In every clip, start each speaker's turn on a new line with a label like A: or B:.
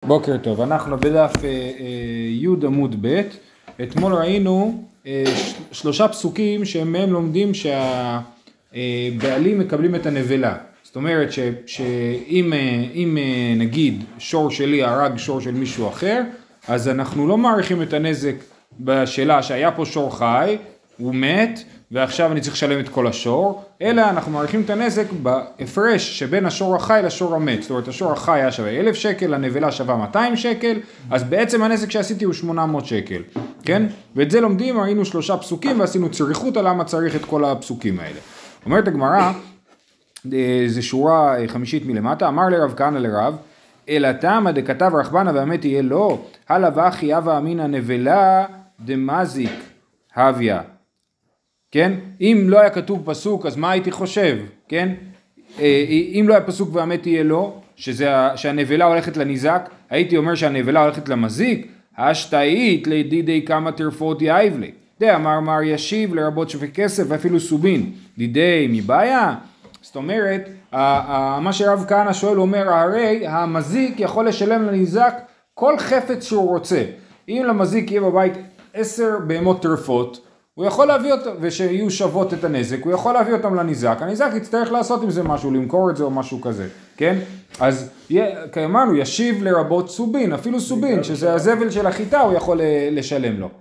A: בוקר טוב, אנחנו בדף י' עמוד ב'. אתמול ראינו 3 פסוקים שמהם לומדים שהבעלים מקבלים את הנבלה. זאת אומרת שאם נגיד שור שלי הרג שור של מישהו אחר, אז אנחנו לא מעריכים את הנזק בשאלה שהיה פה שור חי, הוא מת ועכשיו אני צריך לשלם את כל השור, אלא אנחנו מעריכים את הנזק בהפרש שבין השור החי לשור המת. זאת אומרת השור החי היה שווה 1,000 שקל, הנבלה שווה 200 שקל, אז בעצם הנזק שעשיתי הוא 800 שקל, כן? ואת זה לומדים, ראינו 3 פסוקים ועשינו צריכות על למה צריך את כל הפסוקים האלה. אומרת הגמרא, זה שורה 5 מלמטה, אמר לרב כהנא לרב, אלא תמה דכתב רחבנה והמת יהיה לו, הלא וכי הווה אמינא נבלה דמזיק הוויה. כן? אם לא היה כתוב פסוק, אז מה הייתי חושב? כן? אם לא היה פסוק והמת יהיה לו, שהנבלה הולכת לניזק, הייתי אומר שהנבלה הולכת למזיק, השתאית לידידי כמה טרפות יאיב לי. אמר מר ישיב לרבות שווה כסף ואפילו סובין. דידי מבעיה? זאת אומרת, מה שרב כהנא שואל אומר, הרי המזיק יכול לשלם לניזק כל חפץ שהוא רוצה. אם למזיק יהיה בבית 10 בהמות טרפות, הוא יכול להביא אותם, ושיהיו שוות את הנזק, הוא יכול להביא אותם לניזק, הניזק יצטרך לעשות עם זה משהו, למכור את זה או משהו כזה, כן? אז כאמרנו, ישיב לרבות סובין, אפילו סובין, שזה הזבל של החיטה, הוא יכול לשלם לו.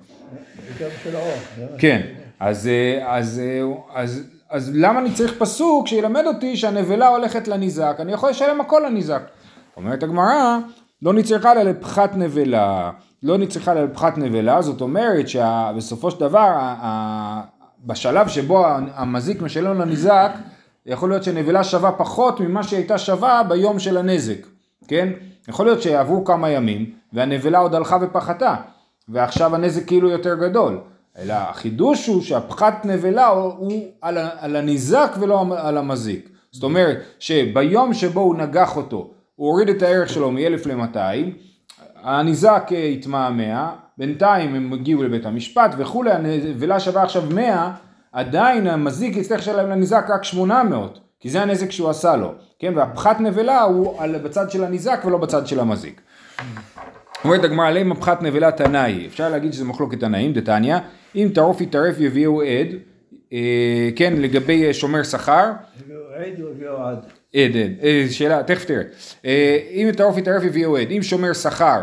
A: כן, אז למה אני צריך פסוק שילמד אותי שהנבלה הולכת לניזק, אני יכול לשלם הכל לניזק. אומרת הגמרא, לא נצטרכה לה לפחת נבלה, לא נצטרכה לה לפחת נבלה, זאת אומרת שבסופו של דבר, בשלב שבו המזיק משלם לניזק, יכול להיות שנבלה שווה פחות ממה שהייתה שווה ביום של הנזק, כן? יכול להיות שעברו כמה ימים, והנבלה עוד הלכה ופחתה, ועכשיו הנזק כאילו יותר גדול. אלא החידוש הוא שהפחת נבלה הוא על הניזק ולא על המזיק. זאת אומרת שביום שבו הוא נגח אותו, הוא הוריד את הערך שלו מ-1,000 ל-200, הניזק התמהמה, בינתיים הם הגיעו לבית המשפט וכולי, הנבלה שווה עכשיו 100, עדיין המזיק יצטרך לשלם לניזק רק 800, כי זה הנזק שהוא עשה לו, כן? והפחת נבלה הוא בצד של הניזק ולא בצד של המזיק. אומרת הגמרא, עליהם הפחת נבלה תנאי, אפשר להגיד שזה מחלוקת תנאים, דתניא, אם טרוף יטרף יביאו עד, כן, לגבי שומר שכר,
B: עד או יביאו עד?
A: עד, שאלה, תכף תראה, אם טרוף יטרף יביאו עד, אם שומר שכר,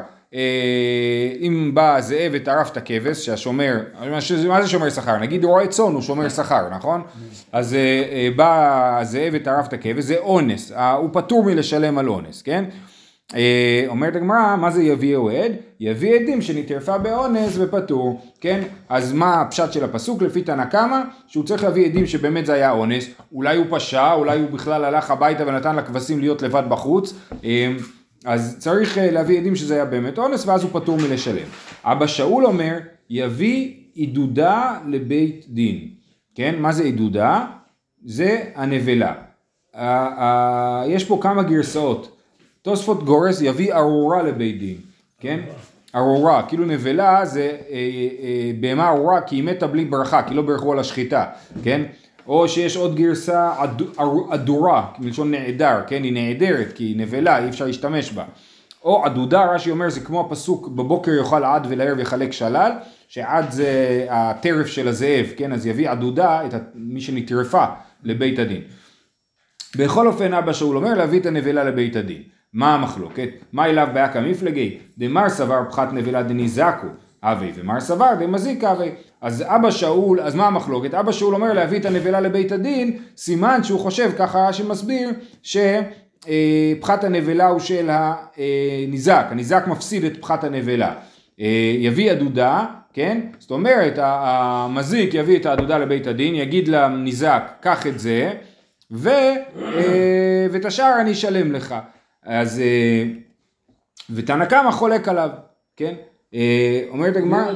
A: אם בא זאב וטרף את הכבש, שהשומר, מה זה שומר שכר? נגיד רועה צאן הוא שומר שכר, נכון? אז בא זאב וטרף את הכבש, זה אונס, הוא פטור מלשלם על אונס, כן? אומרת הגמרא, מה זה יביאו עד? יביא עדים שנטרפה באונס ופטור, כן? אז מה הפשט של הפסוק לפי תנא קמא? שהוא צריך להביא עדים שבאמת זה היה אונס, אולי הוא פשע, אולי הוא בכלל הלך הביתה ונתן לכבשים להיות לבד בחוץ, אז צריך להביא עדים שזה היה באמת אונס ואז הוא פטור מלשלם. אבא שאול אומר, יביא עדודה לבית דין, כן? מה זה עדודה? זה הנבלה. יש פה כמה גרסאות. תוספות גורס יביא ארורה לבית דין, כן? ארורה, כאילו נבלה זה בהמה ארורה כי היא מתה בלי ברכה, כי לא ברכו על השחיטה, כן? או שיש עוד גרסה אדורה, מלשון נעדר, כן? היא נעדרת כי היא נבלה, אי אפשר להשתמש בה. או עדודה, רש"י אומר, זה כמו הפסוק, בבוקר יאכל עד ולערב יחלק שלל, שעד זה הטרף של הזאב, כן? אז יביא עדודה, את מי שנטרפה לבית הדין. בכל אופן אבא שאול אומר להביא את הנבלה לבית הדין. מה המחלוקת? מה אליו בעיה כמפלגי? דמר סבר פחת נבלה דניזקו אבי, ומר סבר דמזיק אבי. אז אבא שאול, אז מה המחלוקת? אבא שאול אומר להביא את הנבלה לבית הדין, סימן שהוא חושב, ככה שמסביר, שפחת הנבלה הוא של הניזק, הניזק מפסיד את פחת הנבלה. יביא עדודה, כן? זאת אומרת, המזיק יביא את העדודה לבית הדין, יגיד לניזק, קח את זה, ואת השאר אני אשלם לך. אז, ותנא קמא חולק עליו, כן? אומרת הגמרא,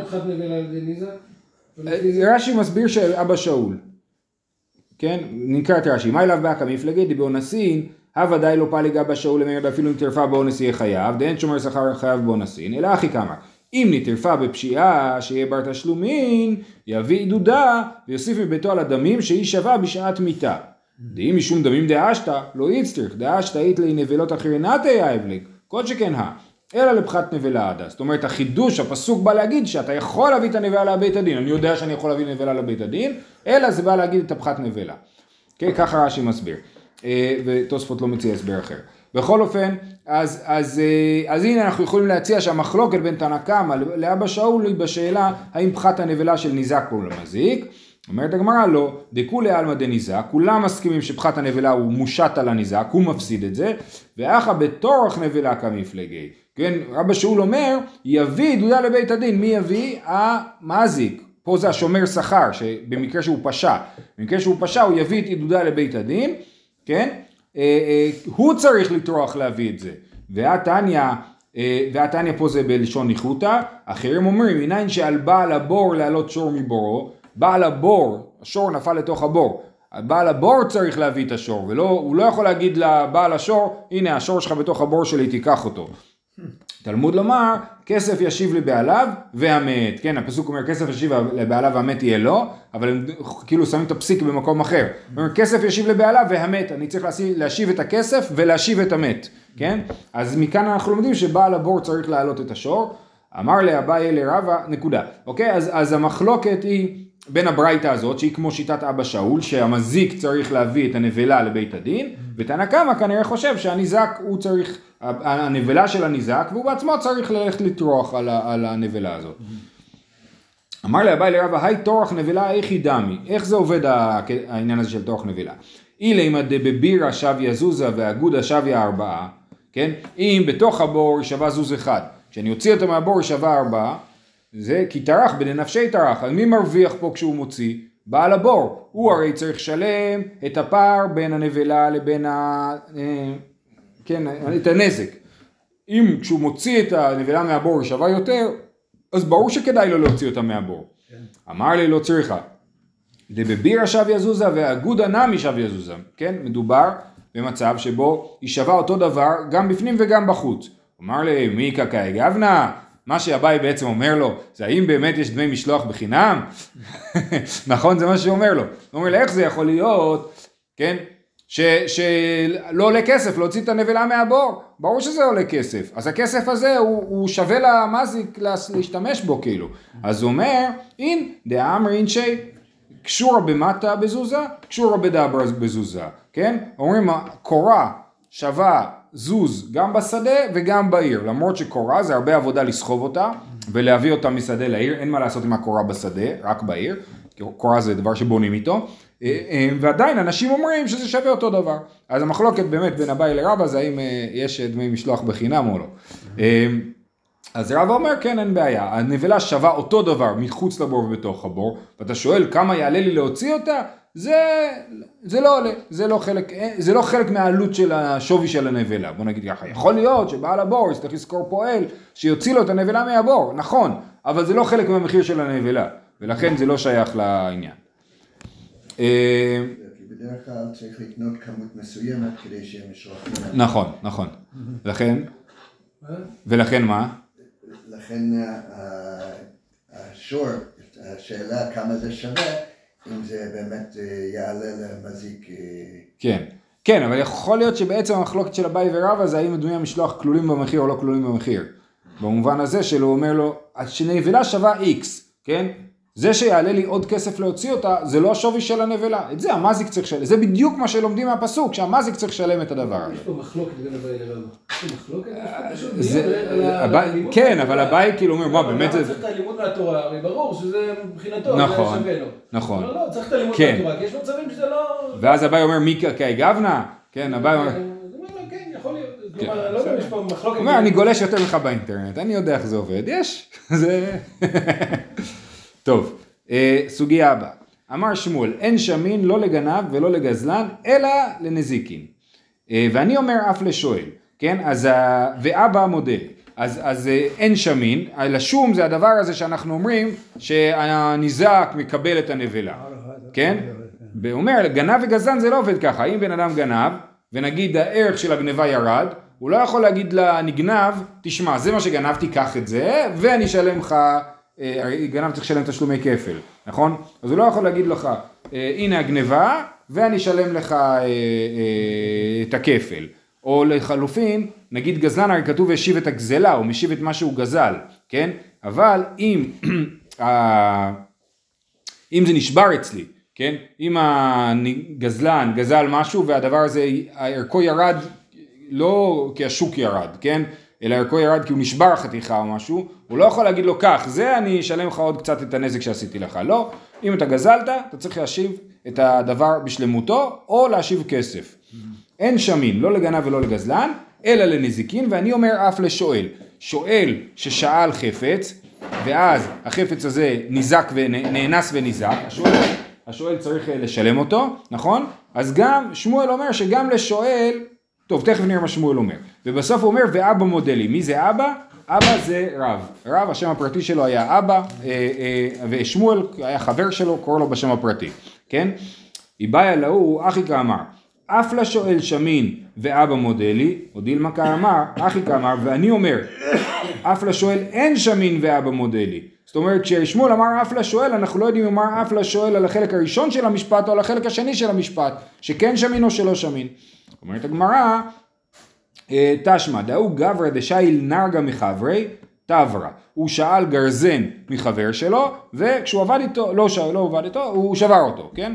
A: רש"י מסביר שאבא שאול, כן? נקרא את רש"י, מה אליו בעיה כמפלגי? דבאונסין, הוודאי לא פליג אבא שאול למרד, אפילו אם טרפה באונס יהיה חייב, דאין שומר שכר חייב באונסין, אלא אחי כמה, אם נטרפה בפשיעה שיהיה בר תשלומין, יביא עדודה ויוסיף מביתו על הדמים שהיא שווה בשעת מיתה. דאם משום דמים דאשתא, לא יצטרך, דאשתא אית לי נבלות אחרינת יאבליק, כל שכן אלא לפחת נבלה עדה. זאת אומרת, החידוש, הפסוק בא להגיד שאתה יכול להביא את הנבלה לבית הדין, אני יודע שאני יכול להביא נבלה לבית הדין, אלא זה בא להגיד את הפחת נבלה. Okay, ככה רש"י מסביר, ותוספות לא מציע הסבר אחר. בכל אופן, אז הנה אנחנו יכולים להציע שהמחלוקת בין תנא קמא לאבא שאול היא בשאלה האם פחת הנבלה של ניזק הוא למזיק. אומרת הגמרא לא, דכולי עלמא דניזק, כולם מסכימים שפחת הנבלה הוא מושת על הניזק, הוא מפסיד את זה, ואחא בתורך נבלה כמפלגי. כן, רבא שאול אומר, יביא עדויה לבית הדין, מי יביא? המזיק. פה זה השומר שכר, שבמקרה שהוא פשע, במקרה שהוא פשע הוא יביא את עדויה לבית הדין, כן? הוא צריך לטרוח להביא את זה. והתניא פה זה בלשון ניחותא, אחרים אומרים, מניין שעל בעל הבור להעלות שור מבורו, בעל הבור, השור נפל לתוך הבור, בעל הבור צריך להביא את השור, והוא לא יכול להגיד לבעל השור, הנה השור שלך בתוך הבור שלי, תיקח אותו. תלמוד לומר, כסף ישיב לבעליו והמת, כן, הפסוק אומר, כסף ישיב לבעליו והמת יהיה לו, אבל הם כאילו שמים את הפסיק במקום אחר. אומר, כסף ישיב לבעליו והמת, אני צריך להשיב את הכסף ולהשיב את המת, כן? אז מכאן אנחנו לומדים שבעל הבור צריך להעלות את השור, אמר לאביי לרבא, נקודה. אוקיי, אז המחלוקת היא בין הברייתא הזאת, שהיא כמו שיטת אבא שאול, שהמזיק צריך להביא את הנבלה לבית הדין, ותנא קמא כנראה חושב שהניזק הוא צריך, הנבלה של הניזק, והוא בעצמו צריך ללכת לטרוח על הנבלה הזאת. אמר לאביי לרבא, היי טורח נבלה איך ידמי, איך זה עובד העניין הזה של טורח נבלה? אילי דבבירא שביה זוזה והגודה שביה 4, כן? אם בתוך הבור שווה זוז אחד, כשאני אוציא אותו מהבור שווה 4, זה כי טרח בנפשי טרח, אז מי מרוויח פה כשהוא מוציא? בעל הבור, הוא הרי צריך לשלם את הפער בין הנבלה לבין כן, את הנזק. אם כשהוא מוציא את הנבלה מהבור שווה יותר, אז ברור שכדאי לו להוציא אותה מהבור. אמר לי לא צריכה. דבבירא שביה זוזה והגודה נמי שביה זוזה, כן? מדובר במצב שבו היא שווה אותו דבר גם בפנים וגם בחוץ. אמר לי מי קקאי גבנה? מה שאביי בעצם אומר לו, זה האם באמת יש דמי משלוח בחינם? נכון, זה מה שהוא אומר לו. הוא אומר לי, איך זה יכול להיות, כן? שלא עולה כסף, להוציא את הנבלה מהבור. ברור שזה עולה כסף. אז הכסף הזה הוא שווה למזיק להשתמש בו כאילו. אז הוא אומר, אין דאמרין קשורה במטה בזוזה, קשורה בדברה בזוזה. כן? אומרים, קורה שווה זוז גם בשדה וגם בעיר, למרות שקורה זה הרבה עבודה לסחוב אותה ולהביא אותה משדה לעיר, אין מה לעשות עם הקורה בשדה, רק בעיר, כי קורה זה דבר שבונים איתו, ועדיין אנשים אומרים שזה שווה אותו דבר. אז המחלוקת באמת בין אביי לרבא זה האם יש דמי משלוח בחינם או לא. אז רבא אומר כן, אין בעיה, הנבלה שווה אותו דבר מחוץ לבור ובתוך הבור, ואתה שואל כמה יעלה לי להוציא אותה? זה לא עולה, זה לא חלק מהעלות של השווי של הנבלה. בוא נגיד ככה, יכול להיות שבעל הבור צריך לזכור פועל שיוציא לו את הנבלה מהבור, נכון, אבל זה לא חלק מהמחיר של הנבלה, ולכן זה לא שייך לעניין.
B: בדרך כלל צריך לקנות כמות מסוימת כדי שהם משלוחים.
A: נכון. ולכן מה?
B: לכן השור, השאלה כמה זה שווה, אם זה באמת יעלה למזיק.
A: כן, אבל יכול להיות שבעצם המחלוקת של אביי ורבא זה האם דמי המשלוח כלולים במחיר או לא כלולים במחיר. במובן הזה שהוא אומר לו, שנבלה שווה X, כן? זה שיעלה לי עוד כסף להוציא אותה, זה לא השווי של הנבלה. את זה המזיק צריך לשלם. זה בדיוק מה שלומדים מהפסוק, שהמזיק צריך לשלם את הדבר הזה.
C: יש פה מחלוקת בין אביי לרבא. יש פה מחלוקת? יש פה פשוט
A: כן, אבל אביי כאילו אומר, מה באמת זה...
C: צריך את הלימוד מהתורה, הרי ברור שזה מבחינתו, זה שווה לו.
A: נכון.
C: לא, צריך את הלימוד מהתורה, כי יש מצבים שזה לא...
A: ואז אביי אומר, מי קקאי גבנה? כן, אביי אומר...
C: כן, יכול להיות. כלומר, לא יודע, יש פה מחלוקת...
A: הוא אומר, אני גולש יותר לך באינטרנט, אני יודע איך זה עובד. יש, זה... טוב. סוגיה הבאה, אמר שמואל, אין שמין לא לגנב ולא לגזלן, אלא לנזיקין. ואני אומר אף לשואל, כן? אז, ואבא מודה, אז אין שמין, לשום זה הדבר הזה שאנחנו אומרים, שהניזק מקבל את הנבלה, כן? ואומר, גנב וגזלן זה לא עובד ככה, אם בן אדם גנב, ונגיד הערך של הגנבה ירד, הוא לא יכול להגיד לנגנב, תשמע, זה מה שגנבתי, קח את זה, ואני אשלם לך, גנב צריך לשלם תשלומי כפל, נכון? אז הוא לא יכול להגיד לך, הנה הגנבה, ואני אשלם לך את הכפל. או לחלופין, נגיד גזלן, הרי כתוב השיב את הגזלה, הוא משיב את מה שהוא גזל, כן? אבל אם זה נשבר אצלי, כן? אם הגזלן גזל משהו והדבר הזה, ערכו ירד לא כי השוק ירד, כן? אלא ערכו ירד כי הוא נשבר חתיכה או משהו, הוא לא יכול להגיד לו כך, זה אני אשלם לך עוד קצת את הנזק שעשיתי לך, לא. אם אתה גזלת, אתה צריך להשיב את הדבר בשלמותו, או להשיב כסף. אין שמין, לא לגנב ולא לגזלן, אלא לנזיקין, ואני אומר אף לשואל. שואל ששאל חפץ, ואז החפץ הזה ניזק ונאנס וניזק, השואל צריך לשלם אותו, נכון? אז גם שמואל אומר שגם לשואל, טוב, תכף נראה מה שמואל אומר. ובסוף הוא אומר, ואבא מודלי. מי זה אבא? אבא זה רב. רב, השם הפרטי שלו היה אבא, ושמואל היה חבר שלו, קורא לו בשם הפרטי. כן? איבאי אלוהו, אחי כאמר, אף לשואל שמין ואבא מודלי, או דילמה כאמר, אחי כאמר, ואני אומר, אף לשואל אין שמין ואבא מודלי. זאת אומרת, כששמואל אמר אף לשואל, אנחנו לא יודעים אם אמר אף לשואל על החלק הראשון של המשפט, או על החלק השני של המשפט, שכן שמין או שלא שמין. אומרת הגמרא, תשמע, דאו גברא דשאיל נרגה מחברי, תברה. הוא שאל גרזן מחבר שלו, וכשהוא עבד איתו, לא עבד איתו, הוא שבר אותו, כן?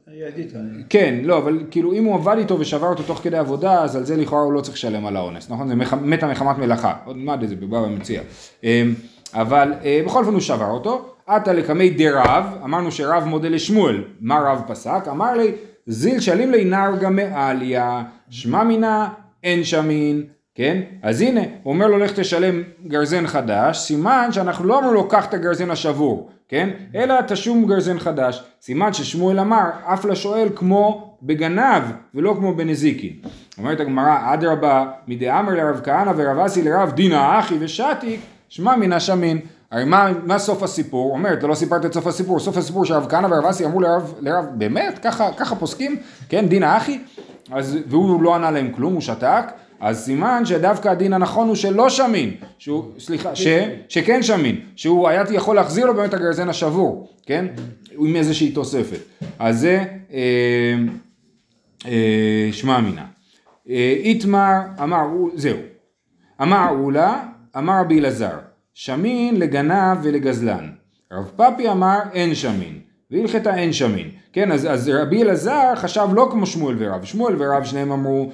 A: כן, לא, אבל כאילו אם הוא עבד איתו ושבר אותו תוך כדי עבודה, אז על זה לכאורה הוא לא צריך לשלם על האונס, נכון? זה מתה מחמת מלאכה, עוד מעט איזה בבא מציע. אבל בכל אופן הוא שבר אותו, עתה לקמי דרב, אמרנו שרב מודה לשמואל, מה רב פסק? אמר לי, זיל שלים לי נרגה מעליה, שמע מינה אין שמין, כן? אז הנה, הוא אומר לו לך תשלם גרזן חדש, סימן שאנחנו לא אמרו לו קח את הגרזן השבור, כן? אלא תשום גרזן חדש, סימן ששמואל אמר אף לשואל כמו בגנב ולא כמו בנזיקין. אומרת הגמרא, אדרבה מדאמר לרב כהנא ורב אסי לרב דינה אחי ושתיק, שמע מינה שמין. הרי מה סוף הסיפור? אומרת, אתה לא סיפרת את סוף הסיפור, סוף הסיפור שרב כהנא ורב אסי אמרו לרב, באמת? ככה פוסקים? כן, דינה אחי? והוא לא ענה להם כלום, הוא שתק, אז סימן שדווקא הדין הנכון הוא שלא שמין, שכן שמין, שהוא היה יכול להחזיר לו באמת הגרזן השבור, כן? עם איזושהי תוספת. אז זה שמע מינה. איתמר אמר, זהו, אמר אולה, אמר רבי אלעזר, שמין לגנב ולגזלן. רב פאפי אמר אין שמין. והלכתה אין שמין, כן, אז רבי אלעזר חשב לא כמו שמואל ורב, שמואל ורב שניהם אמרו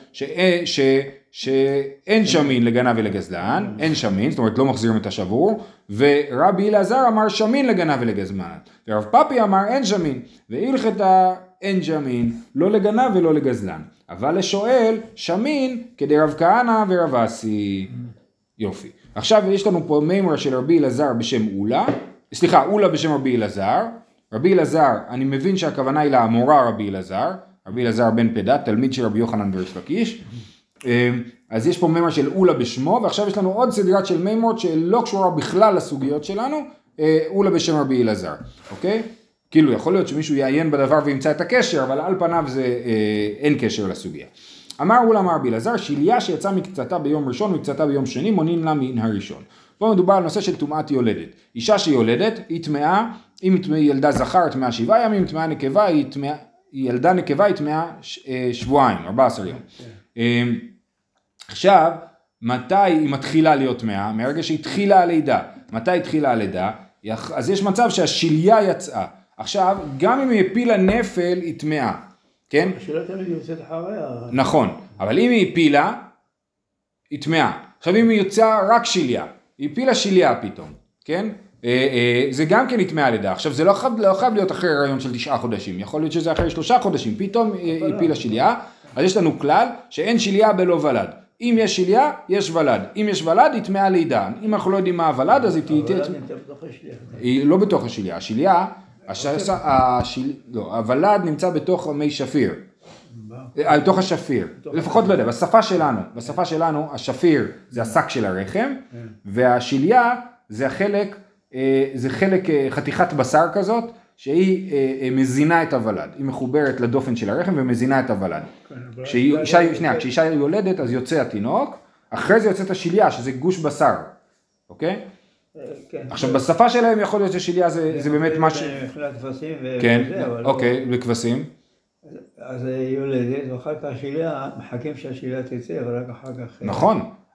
A: שאין שמין לגנב ולגזלן, אין שמין, זאת אומרת לא מחזירים את השבור, ורבי אלעזר אמר שמין לגנב ולגזלן, ורב פאפי אמר אין שמין, והלכתה אין שמין, לא לגנב ולא לגזלן, אבל לשואל שמין כדי רב כהנא ורב אסי. יופי. עכשיו יש לנו פה מימרה של רבי אלעזר בשם אולה בשם רבי אלעזר, רבי אלעזר, אני מבין שהכוונה היא לאמורה רבי אלעזר, רבי אלעזר בן פדת, תלמיד של רבי יוחנן בריש לקיש, אז יש פה מימרה של אולה בשמו, ועכשיו יש לנו עוד סדרת של מימרות שלא קשורה בכלל לסוגיות שלנו, אולה בשם רבי אלעזר, אוקיי? כאילו יכול להיות שמישהו יעיין בדבר וימצא את הקשר, אבל על פניו זה אין קשר לסוגיה. אמר אולה אמר רבי אלעזר, שליה שיצא מקצתה ביום ראשון ומקצתה ביום שני, מונין לה מן הראשון. פה מדובר על נושא של טומאת יולדת. אישה שיולדת, היא טמאה, אם היא ילדה זכר, היא טמאה 7 ימים, אם טמאה נקבה, היא ילדה נקבה, היא טמאה שבועיים, 14 יום. עכשיו, מתי היא מתחילה להיות טמאה? מהרגע שהיא התחילה הלידה. מתי התחילה הלידה? אז יש מצב שהשליה יצאה. עכשיו, גם אם היא הפילה נפל, היא טמאה. כן?
C: השאלה תמיד יוצאת אחריה. נכון,
A: אבל אם היא הפילה, היא טמאה. עכשיו אם היא יוצאה רק שליה, היא הפילה שליה פתאום, כן? זה גם כן נטמעה לידה. עכשיו זה לא חייב להיות אחרי הריון של 9 חודשים, יכול להיות שזה אחרי 3 חודשים, פתאום היא הפילה שליה, אז יש לנו כלל שאין שליה בלא ולד. אם יש שליה, יש ולד. אם יש ולד, היא טמאה לידה. אם אנחנו לא יודעים מה הוולד, אז היא תהיה... היא לא בתוך השליה. השליה, הוולד נמצא בתוך מי שפיר. בתוך השפיר. לפחות לא יודע, בשפה שלנו, השפיר זה השק של הרחם, והשליה זה חלק, חתיכת בשר כזאת, שהיא מזינה את הוולד. היא מחוברת לדופן של הרחם ומזינה את הוולד. כשאישה יולדת אז יוצא התינוק, אחרי זה יוצאת השליה שזה גוש בשר. אוקיי? עכשיו בשפה שלהם יכול להיות ששליה זה באמת מה ש...
C: מבחינת כבשים
A: כן, אוקיי, בכבשים.
C: אז יולדת, ואחר כך השליה, מחכים שהשליה תצא, ורק אחר כך...
A: נכון,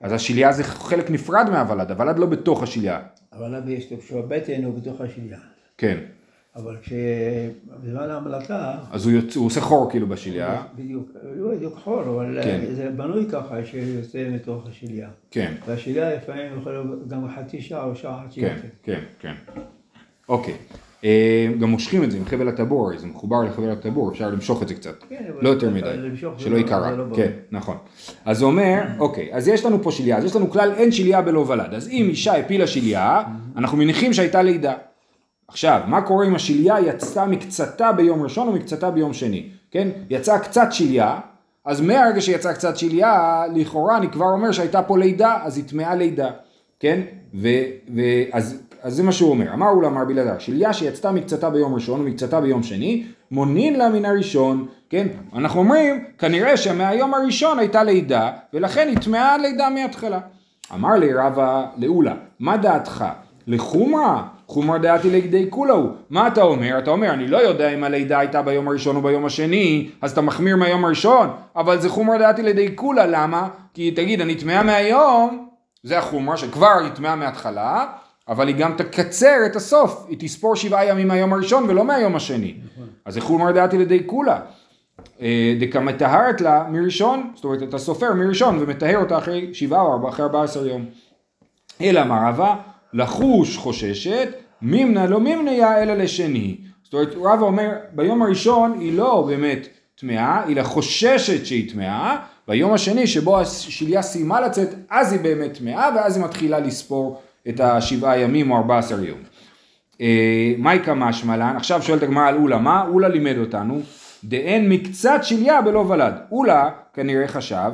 A: אז השיליה זה חלק נפרד מהוולד, הוולד לא בתוך השיליה.
D: הוולד יש לו בבטן או בתוך השיליה.
A: כן.
D: אבל בזמן ההמלטה...
A: אז הוא עושה חור כאילו בשיליה.
D: בדיוק, לא בדיוק חור, אבל זה בנוי ככה שיוצא מתוך השיליה.
A: כן.
D: והשיליה לפעמים יכול להיות גם חצי שעה או שעה עד שיוצא.
A: כן, כן. אוקיי. גם מושכים את זה עם חבל הטבור, זה מחובר לחבל הטבור, אפשר למשוך את זה קצת. לא יותר מדי, שלא יקרה. כן, נכון. אז הוא אומר, אוקיי, אז יש לנו פה שיליה, אז יש לנו כלל אין שיליה בלא ולד. אז אם אישה הפילה שיליה, אנחנו מניחים שהייתה לידה. עכשיו, מה קורה אם השיליה יצאה מקצתה ביום ראשון או מקצתה ביום שני? כן? יצאה קצת שיליה, אז מהרגע שיצאה קצת שיליה, לכאורה אני כבר אומר שהייתה פה לידה, אז היא טמאה לידה. כן? אז זה מה שהוא אומר. אמר לה מר בלעזר, שיליה שיצאה מקצתה ביום ראשון או מקצתה ביום שני, מונין לה מן הראשון. כן? אנחנו אומרים, כנראה שמהיום הראשון הייתה לידה, ולכן היא טמאה לידה מההתחלה. אמר לי רבא לאולה, מה דעתך? לחומרה? חומרה דעתי לידי כולהו. מה אתה אומר? אתה אומר, אני לא יודע אם הלידה הייתה ביום הראשון או ביום השני, אז אתה מחמיר מהיום הראשון, אבל זה חומרה דעתי לידי כולה. למה? כי תגיד, אני טמאה מהיום, זה החומרה שכבר היא טמאה מההתחלה, אבל היא גם תקצר את הסוף, היא תספור 7 ימים מהיום הראשון ולא מהיום השני. אז זה חומרה דעתי לידי כולה. דקמטהרת לה מראשון, זאת אומרת, אתה סופר מראשון ומטהר אותה אחרי 7 או אחרי 14 יום. אלא מרבה, לחוש חוששת, מימנה לא מימניה אלא לשני. זאת אומרת, רבא אומר, ביום הראשון היא לא באמת טמאה, היא חוששת שהיא טמאה, ביום השני שבו השיליה סיימה לצאת, אז היא באמת טמאה, ואז היא מתחילה לספור את 7 ימים או 14 יום. מהי כמשמע לן? עכשיו שואלת הגמרא על אולה, מה? אולה לימד אותנו, דאין מקצת שיליה בלא ולד. אולה כנראה חשב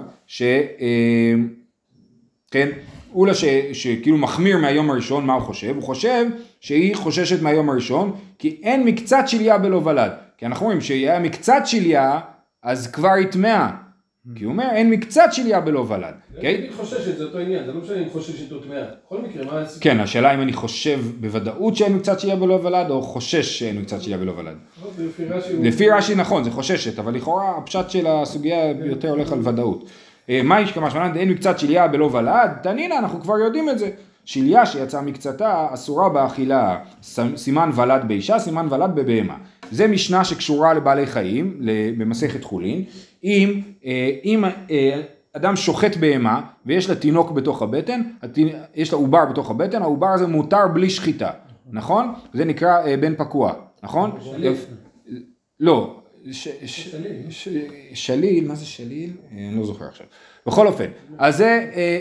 A: כן, אולה שכאילו מחמיר מהיום הראשון, מה הוא חושב? הוא חושב שהיא חוששת מהיום הראשון, כי אין מקצת שיליה בלא ולד. כי אנחנו רואים שהיה מקצת שיליה, אז כבר היא טמאה. כי הוא אומר, אין מקצת שיליה בלא ולד.
C: אני חוששת, זה אותו עניין, זה לא משנה אם חוששת או טמאה. בכל מקרה, מה הסיפור?
A: כן, השאלה אם אני חושב בוודאות שאין מקצת שיליה בלא ולד, או חושש שאין מקצת שיליה בלא ולד. לפי רש"י נכון, זה חוששת, אבל לכאורה הפשט של הסוגיה יותר הולך על ודאות. מה יש כמה שמונה, אין מקצת שיליה בלא ולד? תנינה, אנחנו כבר יודעים את זה. שיליה שיצאה מקצתה אסורה באכילה, סימן ולד באישה, סימן ולד בבהמה. זה משנה שקשורה לבעלי חיים, במסכת חולין. אם אדם שוחט בהמה ויש לה תינוק בתוך הבטן, יש לה עובר בתוך הבטן, העובר הזה מותר בלי שחיטה, נכון? זה נקרא בן פקוע, נכון? לא. שליל, מה זה שליל? אני לא זוכר עכשיו. בכל אופן, אז זה,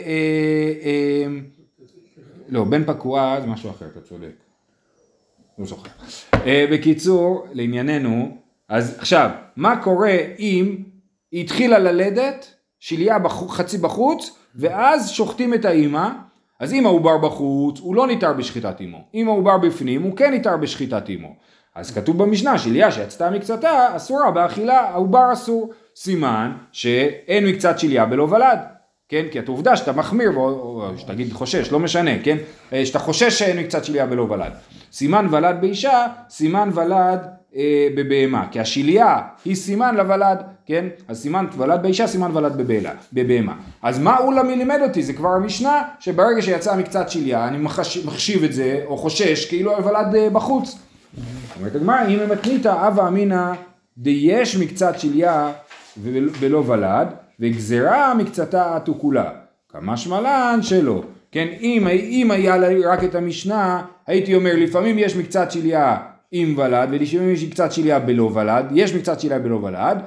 A: לא, בן פקוע זה משהו אחר, אתה צודק. לא זוכר. בקיצור, לענייננו, אז עכשיו, מה קורה אם היא התחילה ללדת, שיליה חצי בחוץ, ואז שוחטים את האמא, אז אם העובר בחוץ, הוא לא ניתר בשחיטת אמו. אם העובר בפנים, הוא כן ניתר בשחיטת אמו. אז כתוב במשנה, שיליה שיצתה מקצתה, אסורה באכילה, העובר אסור. סימן שאין מקצת שיליה בלא ולד. כן? כי את עובדה שאתה מחמיר, או שתגיד חושש, לא משנה, כן? שאתה חושש שאין מקצת שיליה בלא ולד. סימן ולד באישה, סימן ולד בבהמה. כי השיליה היא סימן לוולד, כן? אז סימן ולד באישה, סימן ולד בבהמה. אז מה אולה מלימד אותי? זה כבר המשנה, שברגע שיצאה מקצת שיליה, אני מחשיב את זה, או חושש, כאילו הוולד בחוץ. אומרת הגמרא, אם מתנית אבא אמינא דיש מקצת שיליה ולא ולד, וגזרה מקצתה תוכולה. כמשמע לן שלא. כן, אם היה לי רק את המשנה, הייתי אומר, לפעמים יש מקצת שיליה עם ולד, ולפעמים יש מקצת שיליה בלא ולד, יש מקצת שיליה בלא ולד,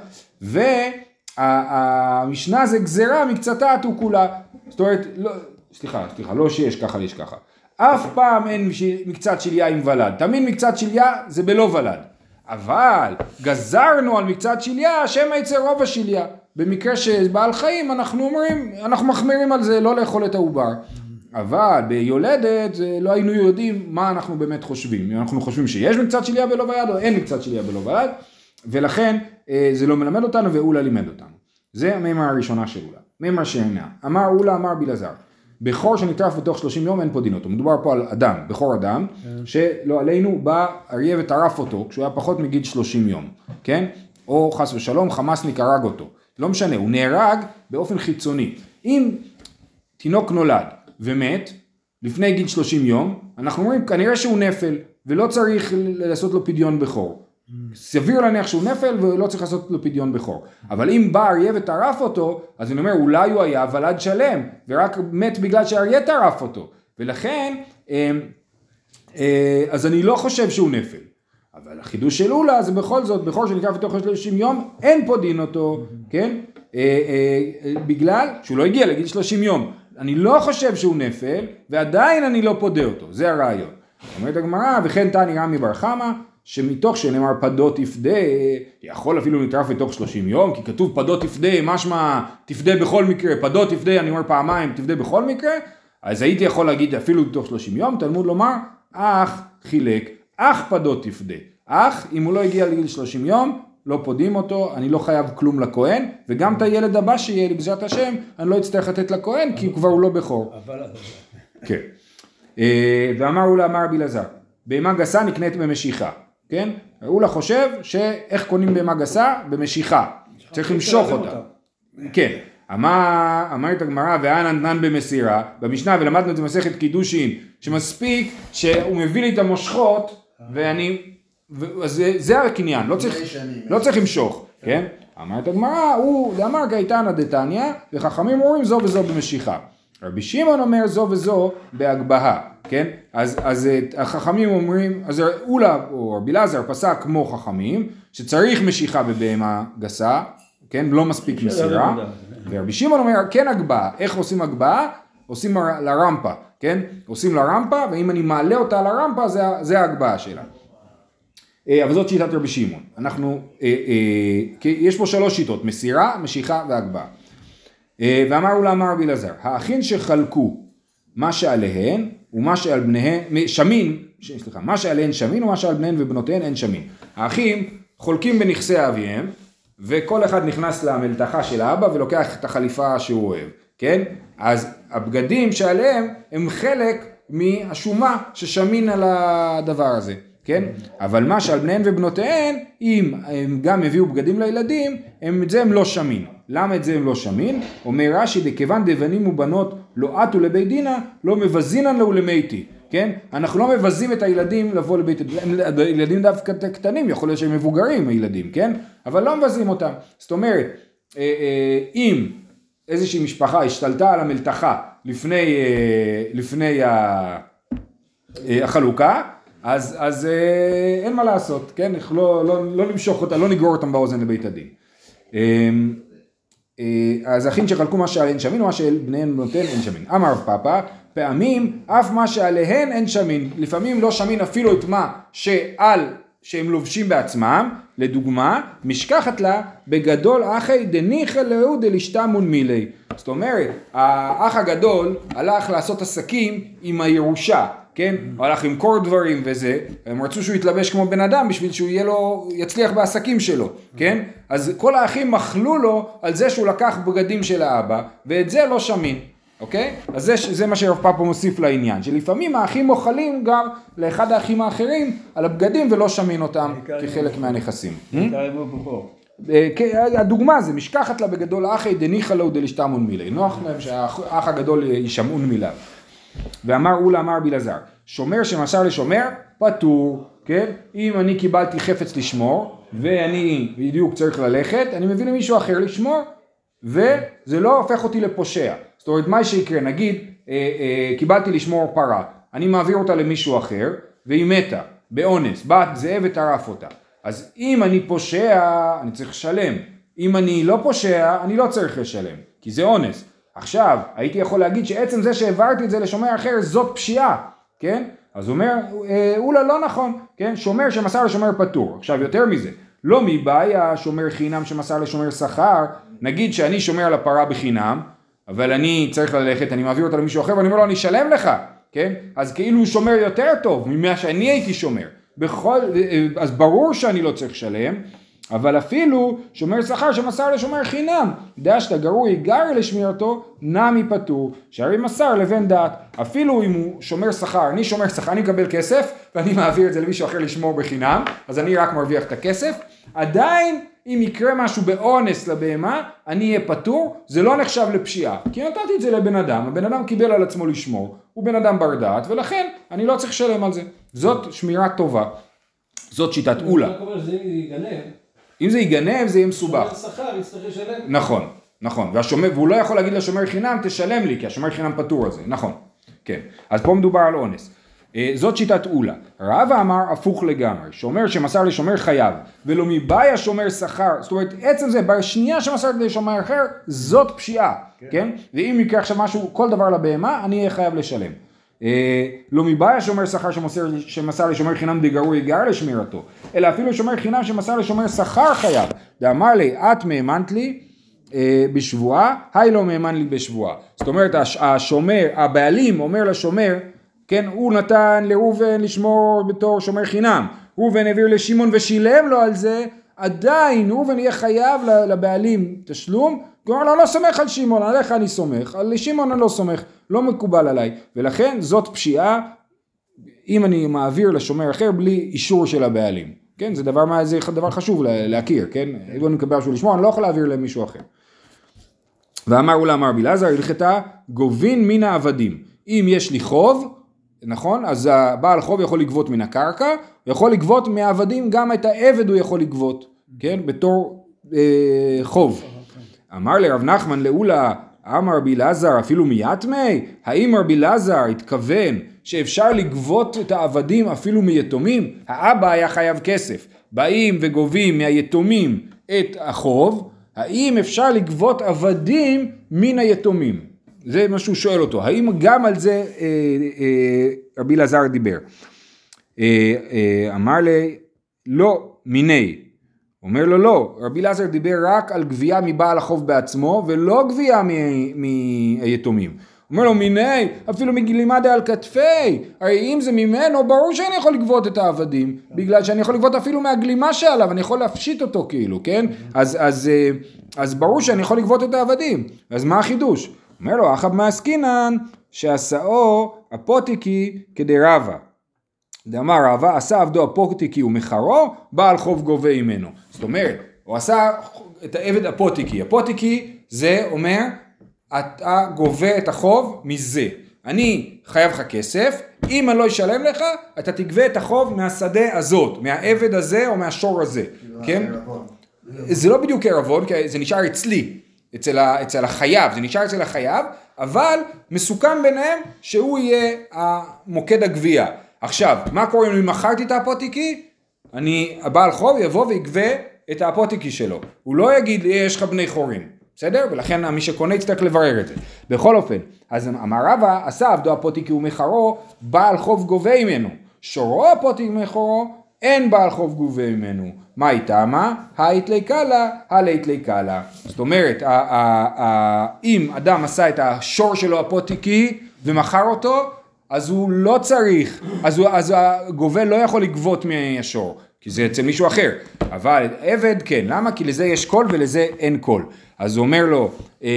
A: והמשנה זה גזרה מקצתה תוכולה. זאת אומרת, סליחה, לא שיש ככה, יש ככה. אף פעם אין מקצת שיליה עם ולד, תמיד מקצת שיליה זה בלא ולד. אבל גזרנו על מקצת שיליה, שמא יצא רוב השיליה. במקרה שבעל חיים אנחנו אומרים, אנחנו מחמירים על זה לא לאכול את העובר. אבל ביולדת לא היינו יודעים מה אנחנו באמת חושבים. אנחנו חושבים שיש מקצת שיליה בלא ולד או אין מקצת שיליה בלא ולד, ולכן זה לא מלמד אותנו ואולה לימד אותנו. זה המימה הראשונה של אולה. מימה שנייה, אמר אולה אמר בלעזר. בכור שנטרף בתוך 30 יום אין פה דין אותו. מדובר פה על אדם, בכור אדם, שלא עלינו בא אריה וטרף אותו כשהוא היה פחות מגיד 30 יום, כן? או חס ושלום חמאסניק הרג אותו. לא משנה, הוא נהרג באופן חיצוני. אם תינוק נולד ומת לפני גיל 30 יום, אנחנו אומרים כנראה שהוא נפל ולא צריך לעשות לו פדיון בכור. סביר להניח שהוא נפל ולא צריך לעשות לו פדיון בכור. אבל אם בא אריה וטרף אותו, אז אני אומר אולי הוא היה ולד שלם ורק מת בגלל שאריה טרף אותו. ולכן, אז אני לא חושב שהוא נפל. אבל החידוש של אולה זה בכל זאת, בכור שנקרא בתוך 30 יום, אין פודין אותו, כן? בגלל שהוא לא הגיע לגיל 30 יום. אני לא חושב שהוא נפל, ועדיין אני לא פודה אותו. זה הרעיון. אומרת הגמרא, וכן תני רמי בר חמא, שמתוך שנאמר פדות תפדה, יכול אפילו נטרף בתוך 30 יום, כי כתוב פדות תפדה, משמע תפדה בכל מקרה, פדות תפדה, אני אומר פעמיים, תפדה בכל מקרה, אז הייתי יכול להגיד אפילו בתוך 30 יום, תלמוד לומר, אך חילק, אך פדות תפדה, אך אם הוא לא הגיע לגיל 30 יום, לא פודים אותו, אני לא חייב כלום לכהן, וגם את הילד הבא שיהיה לי בעזרת השם, אני לא אצטרך לתת לכהן, כי כבר הוא לא בכור. כן. ואמר לה אמר רבי אלעזר, בהמה גסה נקנית במשיכה, כן? אולה חושב שאיך קונים בהמה גסה? במשיכה, צריך למשוך אותה. כן, אמרת הגמרא והנתנן במסירה, במשנה ולמדנו את זה מסכת קידושין, שמספיק שהוא מביא לי את המושכות, אז זה הקניין, לא צריך למשוך, כן? אמרת הגמרא, הוא לאמר קייטנא דתניא, וחכמים אומרים זו וזו במשיכה. רבי שמעון אומר זו וזו בהגבהה, כן? אז החכמים אומרים, אז אולה או רבי אלעזר פסק כמו חכמים, שצריך משיכה בבהמה גסה, כן? לא מספיק מסירה, ורבי שמעון אומר כן הגבהה, איך עושים הגבהה? עושים לרמפה, כן? עושים לרמפה, ואם אני מעלה אותה לרמפה, זה ההגבהה שלה. אבל זאת שיטת רבי שמעון. יש פה 3 שיטות, מסירה, משיכה והגבהה. ואמרו לה אמר רבי אלעזר, האחים שחלקו מה שעליהן ומה שעל בניהן, מה שעליהן שמין ומה שעל בניהן ובנותיהן אין שמין. האחים חולקים בנכסי אביהם, וכל אחד נכנס למלתחה של האבא ולוקח את החליפה שהוא אוהב, כן? אז הבגדים שעליהם הם חלק מהשומה ששמין על הדבר הזה, כן? אבל מה שעל בניהן ובנותיהן, אם הם גם הביאו בגדים לילדים, את זה הם לא שמין. למה את זה הם לא שמין? אומר רש"י, דכיוון דבנים ובנות לא עטו לבית דינה, לא מבזינן לו למתי, כן? אנחנו לא מבזים את הילדים לבוא לבית דין, הילדים דווקא קטנים, יכול להיות שהם מבוגרים הילדים, כן? אבל לא מבזים אותם. זאת אומרת, אם איזושהי משפחה השתלטה על המלתחה לפני החלוקה, אז אין מה לעשות, כן? לא למשוך אותה, לא נגרור אותם באוזן לבית הדין. אז אחים שחלקו מה שעליהן שמין ומה שעל בניהן ובנותיהן אין שמין. אמר רב פאפא, פעמים אף מה שעליהן אין שמין, לפעמים לא שמין אפילו את מה שהם לובשים בעצמם, לדוגמה, משכחת לה בגדול אחי דניחא להו דלשתמון מילי. זאת אומרת, האח הגדול הלך לעשות עסקים עם הירושה, כן? הוא הלך למכור דברים וזה, הם רצו שהוא יתלבש כמו בן אדם בשביל שהוא יצליח בעסקים שלו, כן? אז כל האחים מחלו לו על זה שהוא לקח בגדים של האבא, ואת זה לא שמין, אוקיי? אז זה מה שרב פאפא מוסיף לעניין, שלפעמים האחים מוכלים גם לאחד האחים האחרים על הבגדים ולא שמין אותם כחלק מהנכסים. הדוגמה זה, משכחת לה בגדול אחי דניחא להו דלשתמון מילי, נוח להם שהאח הגדול ישמעון מיליו. ואמר אולה אמר רבי אלעזר, שומר שמסר לשומר פטור, כן? אם אני קיבלתי חפץ לשמור ואני בדיוק צריך ללכת, אני מביא למישהו אחר לשמור, וזה לא הופך אותי לפושע. זאת אומרת, מה שיקרה, נגיד קיבלתי לשמור פרה, אני מעביר אותה למישהו אחר והיא מתה באונס, בת זאב וטרף אותה. אז אם אני פושע אני צריך לשלם, אם אני לא פושע אני לא צריך לשלם, כי זה אונס. עכשיו, הייתי יכול להגיד שעצם זה שהעברתי את זה לשומר אחר, זאת פשיעה, כן? אז אומר, אולי לא נכון, כן? שומר שמסר לשומר פטור. עכשיו, יותר מזה, לא מבעיה שומר חינם שמסר לשומר שכר, נגיד שאני שומר על הפרה בחינם, אבל אני צריך ללכת, אני מעביר אותה למישהו אחר, ואני אומר לו, אני אשלם לך, כן? אז כאילו הוא שומר יותר טוב ממה שאני הייתי שומר. אז ברור שאני לא צריך לשלם, אבל אפילו שומר שכר שמסר לשומר חינם, דשת גרוי גר לשמירתו, נמי פטור, שהרי מסר לבן דעת. אפילו אם הוא שומר שכר, אני שומר שכר, אני מקבל כסף, ואני מעביר את זה למישהו אחר לשמור בחינם, אז אני רק מרוויח את הכסף, עדיין אם יקרה משהו באונס לבהמה, אני אהיה פטור, זה לא נחשב לפשיעה, כי נתתי את זה לבן אדם, הבן אדם קיבל על עצמו לשמור, הוא בן אדם בר דעת, ולכן אני לא צריך לשלם על זה. זאת שמירה טובה, זאת שיטת אולה. אם זה ייגנב, זה יהיה מסובך.
C: שכר יצטרך לשלם.
A: נכון, והוא לא יכול להגיד לשומר חינם, תשלם לי, כי השומר חינם פטור על זה, נכון. כן, אז פה מדובר על אונס. זאת שיטת אולה. רבא אמר הפוך לגמרי, שומר שמסר לשומר חייב, ולא מבעיה שומר שכר, זאת אומרת, עצם זה, בשנייה שמסר לשומר אחר, זאת פשיעה, כן? ואם יקרה עכשיו משהו, כל דבר לבהמה, אני אהיה חייב לשלם. לא מבעיה שומר שכר שמסר לשומר חינם דגרוי גר לשמירתו, אלא אפילו שומר חינם שמסר לשומר שכר חייב. דאמר לי, את מאמנת לי בשבועה, היי לא מאמן לי בשבועה. זאת אומרת, השומר, הבעלים אומר לשומר, כן, הוא נתן לראובן לשמור בתור שומר חינם, ראובן העביר לשמעון ושילם לו על זה, עדיין ראובן יהיה חייב לבעלים תשלום, כלומר לא סומך על שמעון, עליך אני סומך, על שמעון אני לא סומך, לא מקובל עליי, ולכן זאת פשיעה, אם אני מעביר לשומר אחר בלי אישור של הבעלים, כן, זה דבר חשוב להכיר, כן, אם אני מקבל משהו לשמוע, אני לא יכול להעביר למישהו אחר. ואמר אולה אמר רבי אלעזר, הלכתה גובין מן העבדים, אם יש לי חוב, נכון? אז הבעל חוב יכול לגבות מן הקרקע, הוא יכול לגבות מהעבדים, גם את העבד הוא יכול לגבות, כן? בתור חוב. אמר לרב נחמן לאולה, אמר רבי אלעזר אפילו מיתמי, האם רבי אלעזר התכוון שאפשר לגבות את העבדים אפילו מיתומים? האבא היה חייב כסף, באים וגובים מהיתומים את החוב, האם אפשר לגבות עבדים מן היתומים? זה מה שהוא שואל אותו, האם גם על זה רבי אלעזר דיבר? אמר לי, לא, מיני. אומר לו, לא, רבי אלעזר דיבר רק על גבייה מבעל החוב בעצמו, ולא גבייה מהיתומים. אומר לו, מיני, אפילו מגלימה דה על כתפי, הרי אם זה ממנו, ברור שאני יכול לגבות את העבדים, בגלל שאני יכול לגבות אפילו מהגלימה שעליו, אני יכול להפשיט אותו כאילו, כן? אז ברור שאני יכול לגבות את העבדים, אז מה החידוש? אומר לו, אחב מעסקינן, שעשאו הפותיקי כדי רבא. דאמר רבא, עשה עבדו הפותיקי ומחרו, בעל חוב גובה ממנו. זאת אומרת, הוא עשה את העבד הפותיקי. הפותיקי זה אומר, אתה גובה את החוב מזה. אני חייב לך כסף, אם אני לא אשלם לך, אתה תגבה את החוב מהשדה הזאת, מהעבד הזה או מהשור הזה. כן? זה לא בדיוק ערבון, כי זה נשאר אצלי. אצל החייב, זה נשאר אצל החייב, אבל מסוכם ביניהם שהוא יהיה המוקד הגבייה. עכשיו, מה קורה אם מכרתי את הפותיקי? הבעל חוב יבוא ויגבה את הפותיקי שלו. הוא לא יגיד, יש לך בני חורים, בסדר? ולכן מי שקונה יצטרך לברר את זה. בכל אופן, אז אמר רבא, עשה עבדו הפותיקי ומחרו, בעל חוב גובה ממנו. שורו הפותיקי ומחרו, אין בעל חוב גובה ממנו. מה איתה? מה? ההתליקה לה, הלהתליקה לה. זאת אומרת, אם אדם עשה את השור שלו הפותיקי ומכר אותו, אז הוא לא צריך, אז הגובה לא יכול לגבות מהשור, כי זה אצל מישהו אחר. אבל עבד כן, למה? כי לזה יש קול ולזה אין קול. אז הוא אומר לו,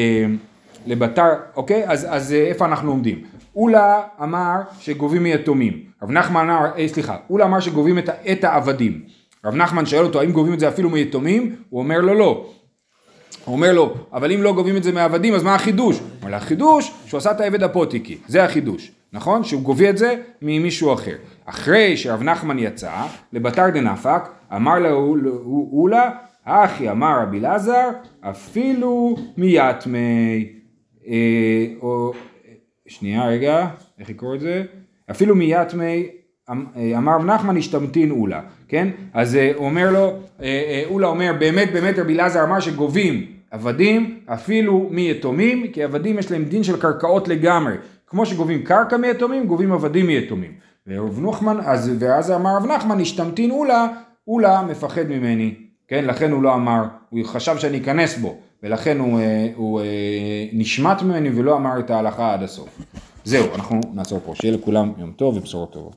A: לבטר, אוקיי? אז איפה אנחנו עומדים? אולה אמר שגובים מיתומים. רב נחמן אמר, אולה אמר שגובים את העבדים. רב נחמן שואל אותו, האם גובים את זה אפילו מיתומים? הוא אומר לו, לא. הוא אומר לו, אבל אם לא גובים את זה מהעבדים, אז מה החידוש? הוא אומר, החידוש שהוא עשה את העבד הפותיקי. זה החידוש. נכון? שהוא גובה את זה ממישהו אחר. אחרי שרב נחמן יצא, לבטר דנפק, אמר לו אולה, אחי אמר רבי אלעזר, אפילו מיתמי, שנייה רגע, איך יקרוא את זה? אפילו מיתמי, אמר רב נחמן השתמתין אולה, כן? אז הוא אומר לו, אולה אומר, באמת רבי אלעזר אמר שגובים עבדים אפילו מיתומים, כי עבדים יש להם דין של קרקעות לגמרי, כמו שגובים קרקע מיתומים, גובים עבדים מיתומים. ואז אמר רב נחמן, השתמתין אולה מפחד ממני, כן? לכן הוא לא אמר, הוא חשב שאני אכנס בו, ולכן הוא נשמט ממני ולא אמר את ההלכה עד הסוף. זהו, אנחנו נעצור פה, שיהיה לכולם יום טוב ובשורות טובות.